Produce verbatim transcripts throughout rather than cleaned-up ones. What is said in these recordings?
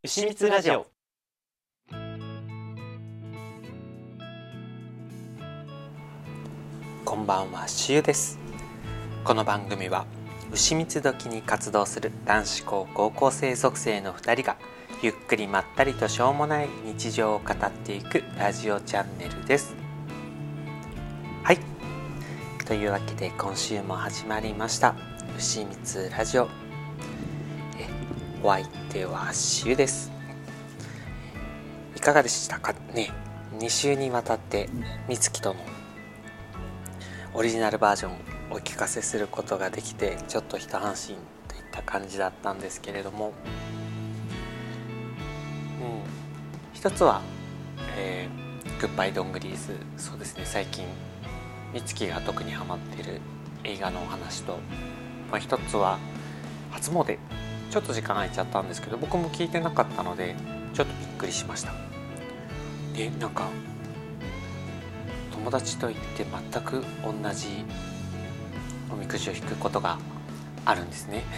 牛蜜ラジオ。こんばんは、しゅうです。この番組は牛蜜時に活動する男子校高校生属性のふたりがゆっくりまったりとしょうもない日常を語っていくラジオチャンネルです。はい、というわけで今週も始まりました牛蜜ラジオ。えお相手はしゅうです。いかがでしたかね。に週にわたってみつきとのオリジナルバージョンをお聞かせすることができて、ちょっと一安心といった感じだったんですけれども、うん、一つは、えー、グッバイドングリーズ。そうですね、最近みつきが特にハマっている映画のお話と、まあ、一つは初詣。ちょっと時間空いちゃったんですけど、僕も聞いてなかったのでちょっとびっくりしました。で、なんか友達と行って全く同じおみくじを引くことがあるんですね。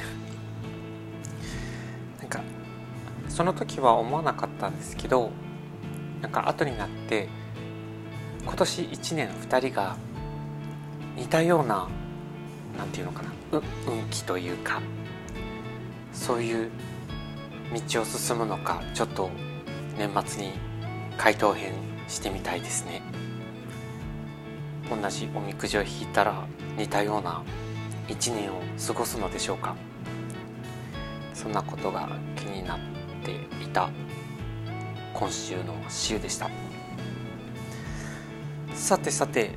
なんかその時は思わなかったんですけど、なんか後になって今年いちねんふたりが似たような、なんていうのかな、う運気というか、そういう道を進むのか、ちょっと年末に回答編してみたいですね。同じおみくじを引いたら似たようないちねんを過ごすのでしょうか。そんなことが気になっていた今週の週でした。さてさて、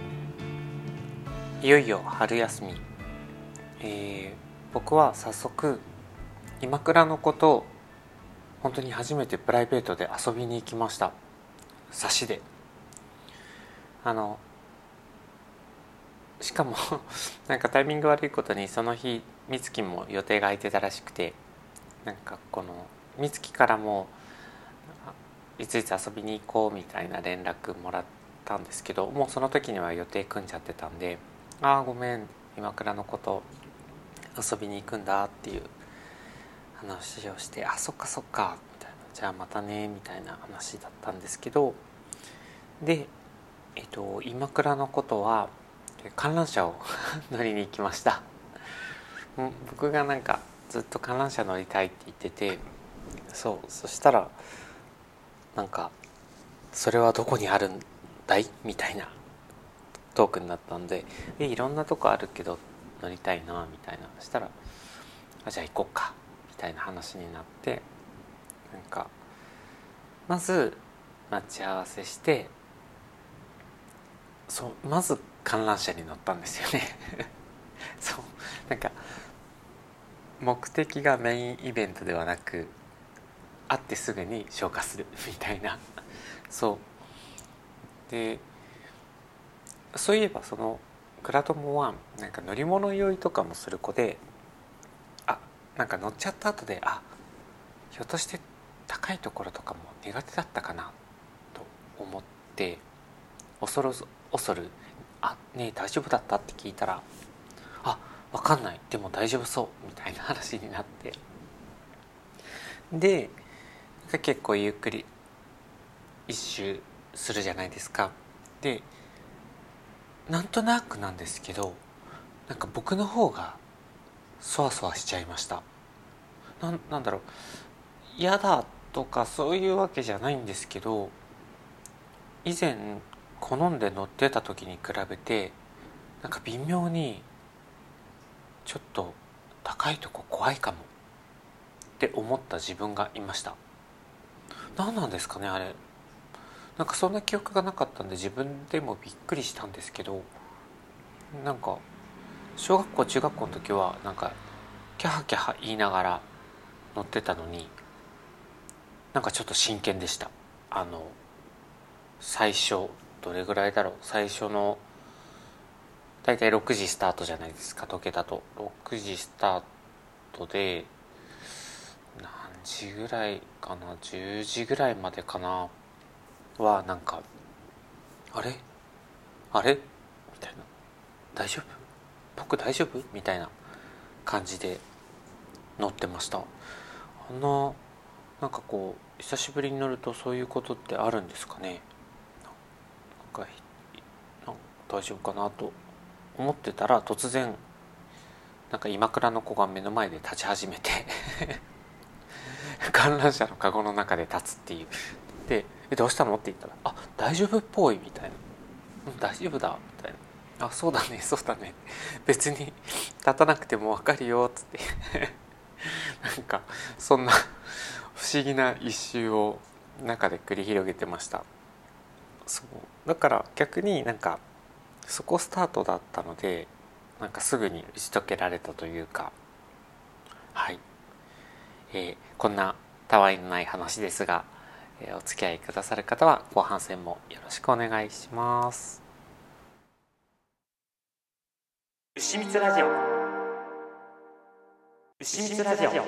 いよいよ春休み、えー、僕は早速今倉の子と本当に初めてプライベートで遊びに行きました。差しで、あのしかもなんかタイミング悪いことに、その日美月も予定が空いてたらしくて、なんかこの美月からもいついつ遊びに行こうみたいな連絡もらったんですけど、もうその時には予定組んじゃってたんで、ああごめん、今倉のこと遊びに行くんだっていう話をして、あそっかそっかみたいな、じゃあまたねみたいな話だったんですけど、で、えっと今倉のことは観覧車を乗りに行きました。僕がなんかずっと観覧車乗りたいって言ってて、そうそしたらなんかそれはどこにあるんだいみたいなトークになったんで、えいろんなとこあるけど乗りたいなみたいな。そしたらあじゃあ行こっかみたいな話になって、なんかまず待ち合わせして、そうまず観覧車に乗ったんですよね。そうなんか目的がメインイベントではなく、会ってすぐに消化するみたいな。そうで、そういえばその倉友はなんか乗り物酔いとかもする子で、あなんか乗っちゃった後で、あひょっとして高いところとかも苦手だったかなと思って、恐る恐るあねえ大丈夫だったって聞いたら、あ分かんないでも大丈夫そうみたいな話になって、で結構ゆっくり一周するじゃないですか。でなんとなくなんですけど、なんか僕の方がそわそわしちゃいました。な ん, なんだろう嫌だとかそういうわけじゃないんですけど、以前好んで乗ってた時に比べてなんか微妙にちょっと高いとこ怖いかもって思った自分がいました。何なんですかねあれ。なんかそんな記憶がなかったんで自分でもびっくりしたんですけど、なんか小学校中学校の時はなんかキャハキャハ言いながら乗ってたのに、なんかちょっと真剣でした。あの最初どれぐらいだろう、最初のだいたいろくじスタートじゃないですか、時計だとろくじスタートで何時ぐらいかな、じゅうじぐらいまでかなはなんかあれあれみたいな、大丈夫僕大丈夫みたいな感じで乗ってました。あのなんかこう久しぶりに乗るとそういうことってあるんですかね。なんかなんか大丈夫かなと思ってたら、突然なんか今倉の子が目の前で立ち始めて観覧車のカゴの中で立つっていう。で「えどうしたの?」って言ったら「あ大丈夫っぽい」みたいな「うん大丈夫だ」みたいな「あそうだねそうだね別に立たなくても分かるよ」っつってなんかそんな不思議な一周を中で繰り広げてました。そうだから逆になんかそこスタートだったので、なんかすぐに打ち解けられたというか、はい、えー、こんなたわいのない話ですが、えー、お付き合いくださる方は後半戦もよろしくお願いします。牛蜜ラジオ牛蜜ラジオ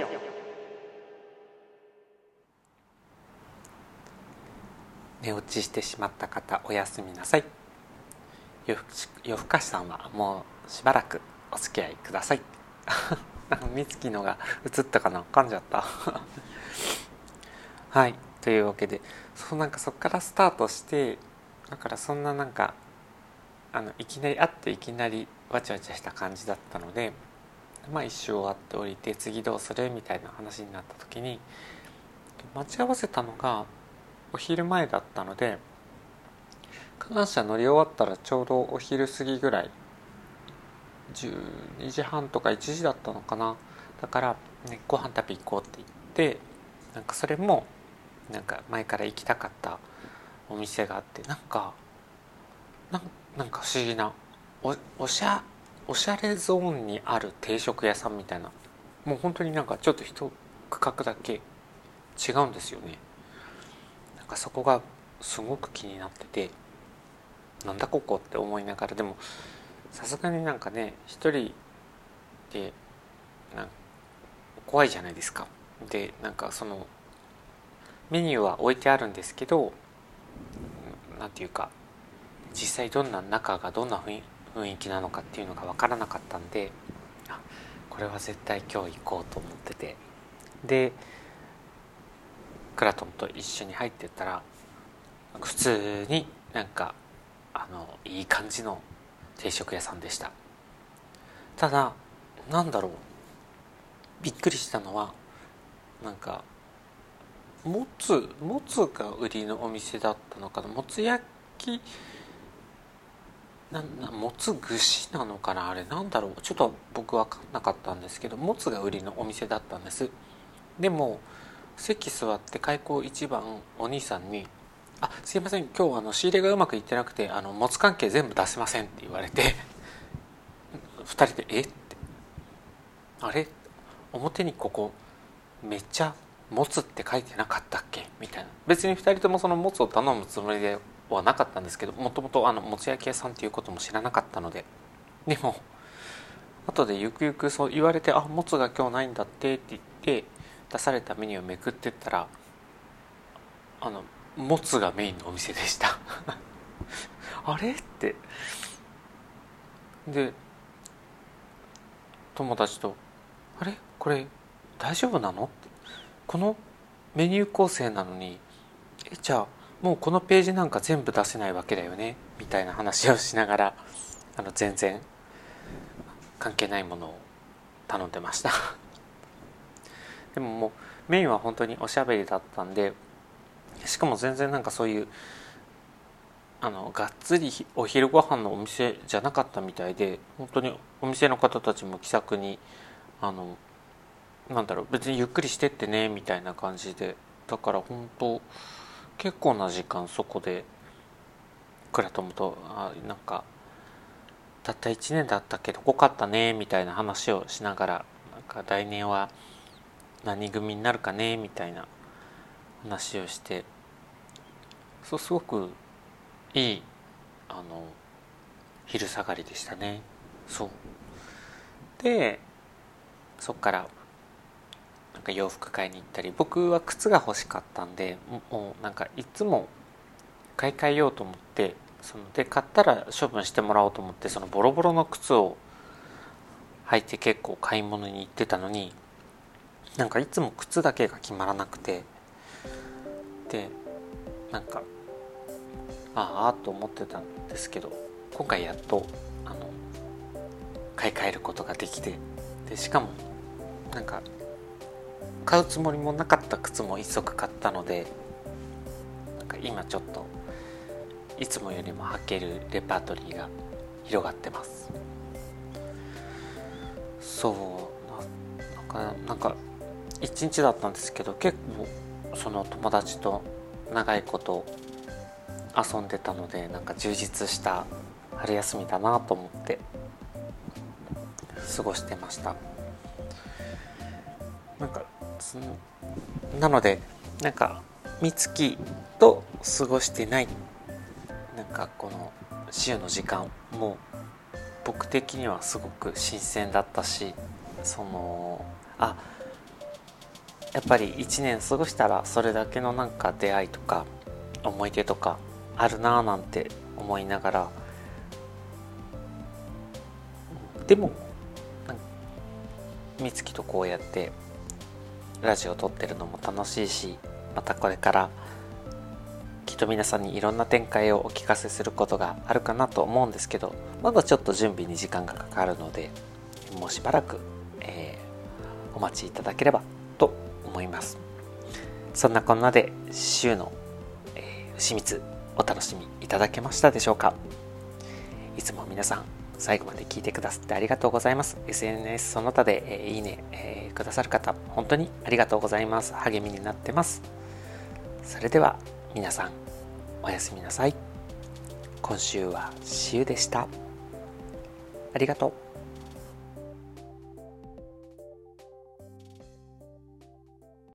寝落ちしてしまった方おやすみなさい。夜更かしさんはもうしばらくお付き合いくださいみつきのが映ったかな、噛んじゃったはいというわけで、そうなんかそこからスタートして、だからそんななんかあのいきなり会っていきなりわちゃわちゃした感じだったので、まあ一周終わって降りて次どうするみたいな話になった時に、待ち合わせたのがお昼前だったので、観覧車乗り終わったらちょうどお昼過ぎぐらい、じゅうにじはんとかいちじだったのかな。だから、ね、ご飯食べ行こうって言って、なんかそれもなんか前から行きたかったお店があって、なんかなんなんか不思議な お, おしゃおしゃれゾーンにある定食屋さんみたいな、もう本当になんかちょっと一区画だけ違うんですよね。なんかそこがすごく気になってて、なんだここって思いながら、でもさすがになんかね一人でなんか怖いじゃないですか。でなんかそのメニューは置いてあるんですけど、なんていうか実際どんな中がどんな雰囲気なのかっていうのが分からなかったんで、あこれは絶対今日行こうと思ってて、でクラトンと一緒に入ってったら普通になんかあのいい感じの定食屋さんでした。ただなんだろう、びっくりしたのはなんかもつもつが売りのお店だったのかな、もつ焼きななもつ串なのかな、あれなんだろう、ちょっと僕分かんなかったんですけど、もつが売りのお店だったんです。でも席座って開口一番お兄さんに「あすいません今日あの仕入れがうまくいってなくてあのもつ関係全部出せません」って言われてふたりで「えっ?」てあれ表にここめっちゃもつって書いてなかったっけみたいな。別にふたりともそのもつを頼むつもりではなかったんですけど、もともとあのもつ焼き屋さんっていうことも知らなかったので、でも後でゆくゆくそう言われて「あもつが今日ないんだって」って言って出されたメニューをめくってったら、あのもつがメインのお店でしたあれってで友達と「あれこれ大丈夫なの?」って、このメニュー構成なのにえじゃあもうこのページなんか全部出せないわけだよねみたいな話をしながら、あの全然関係ないものを頼んでましたでももうメインは本当におしゃべりだったんで、しかも全然なんかそういうあのがっつりお昼ご飯のお店じゃなかったみたいで、本当にお店の方たちも気さくにあのなんだろう別にゆっくりしてってねみたいな感じで、だから本当結構な時間そこでクラトムとあなんかたったいちねんだったけど濃かったねみたいな話をしながら、なんか来年は何組になるかねみたいな話をして、そうすごくいいあの昼下がりでしたね。そうでそっからなんか洋服買いに行ったり、僕は靴が欲しかったんでもうなんかいつも買い替えようと思って、そので買ったら処分してもらおうと思って、そのボロボロの靴を履いて結構買い物に行ってたのに、なんかいつも靴だけが決まらなくて、 でなんかああと思ってたんですけど、今回やっとあの買い替えることができて、でしかもなんか買うつもりもなかった靴も一足買ったので、なんか今ちょっといつもよりも履けるレパートリーが広がってます。そうななんかなんか一日だったんですけど、結構その友達と長いこと遊んでたので、なんか充実した春休みだなと思って過ごしてました。なんかなのでなんか美月と過ごしてないなんかこの週の時間も僕的にはすごく新鮮だったし、そのあやっぱりいちねん過ごしたらそれだけのなんか出会いとか思い出とかあるなぁなんて思いながら、でも美月とこうやってラジオを撮ってるのも楽しいし、またこれからきっと皆さんにいろんな展開をお聞かせすることがあるかなと思うんですけど、まだちょっと準備に時間がかかるので、もうしばらく、えー、お待ちいただければと思います。そんなこんなで週の、えー、牛蜜お楽しみいただけましたでしょうか。いつも皆さん最後まで聞いてくださってありがとうございます。 エスエヌエス その他で、えー、いいね、えー、くださる方本当にありがとうございます。励みになってます。それでは皆さんおやすみなさい。今週はしゅうでした。ありがとう。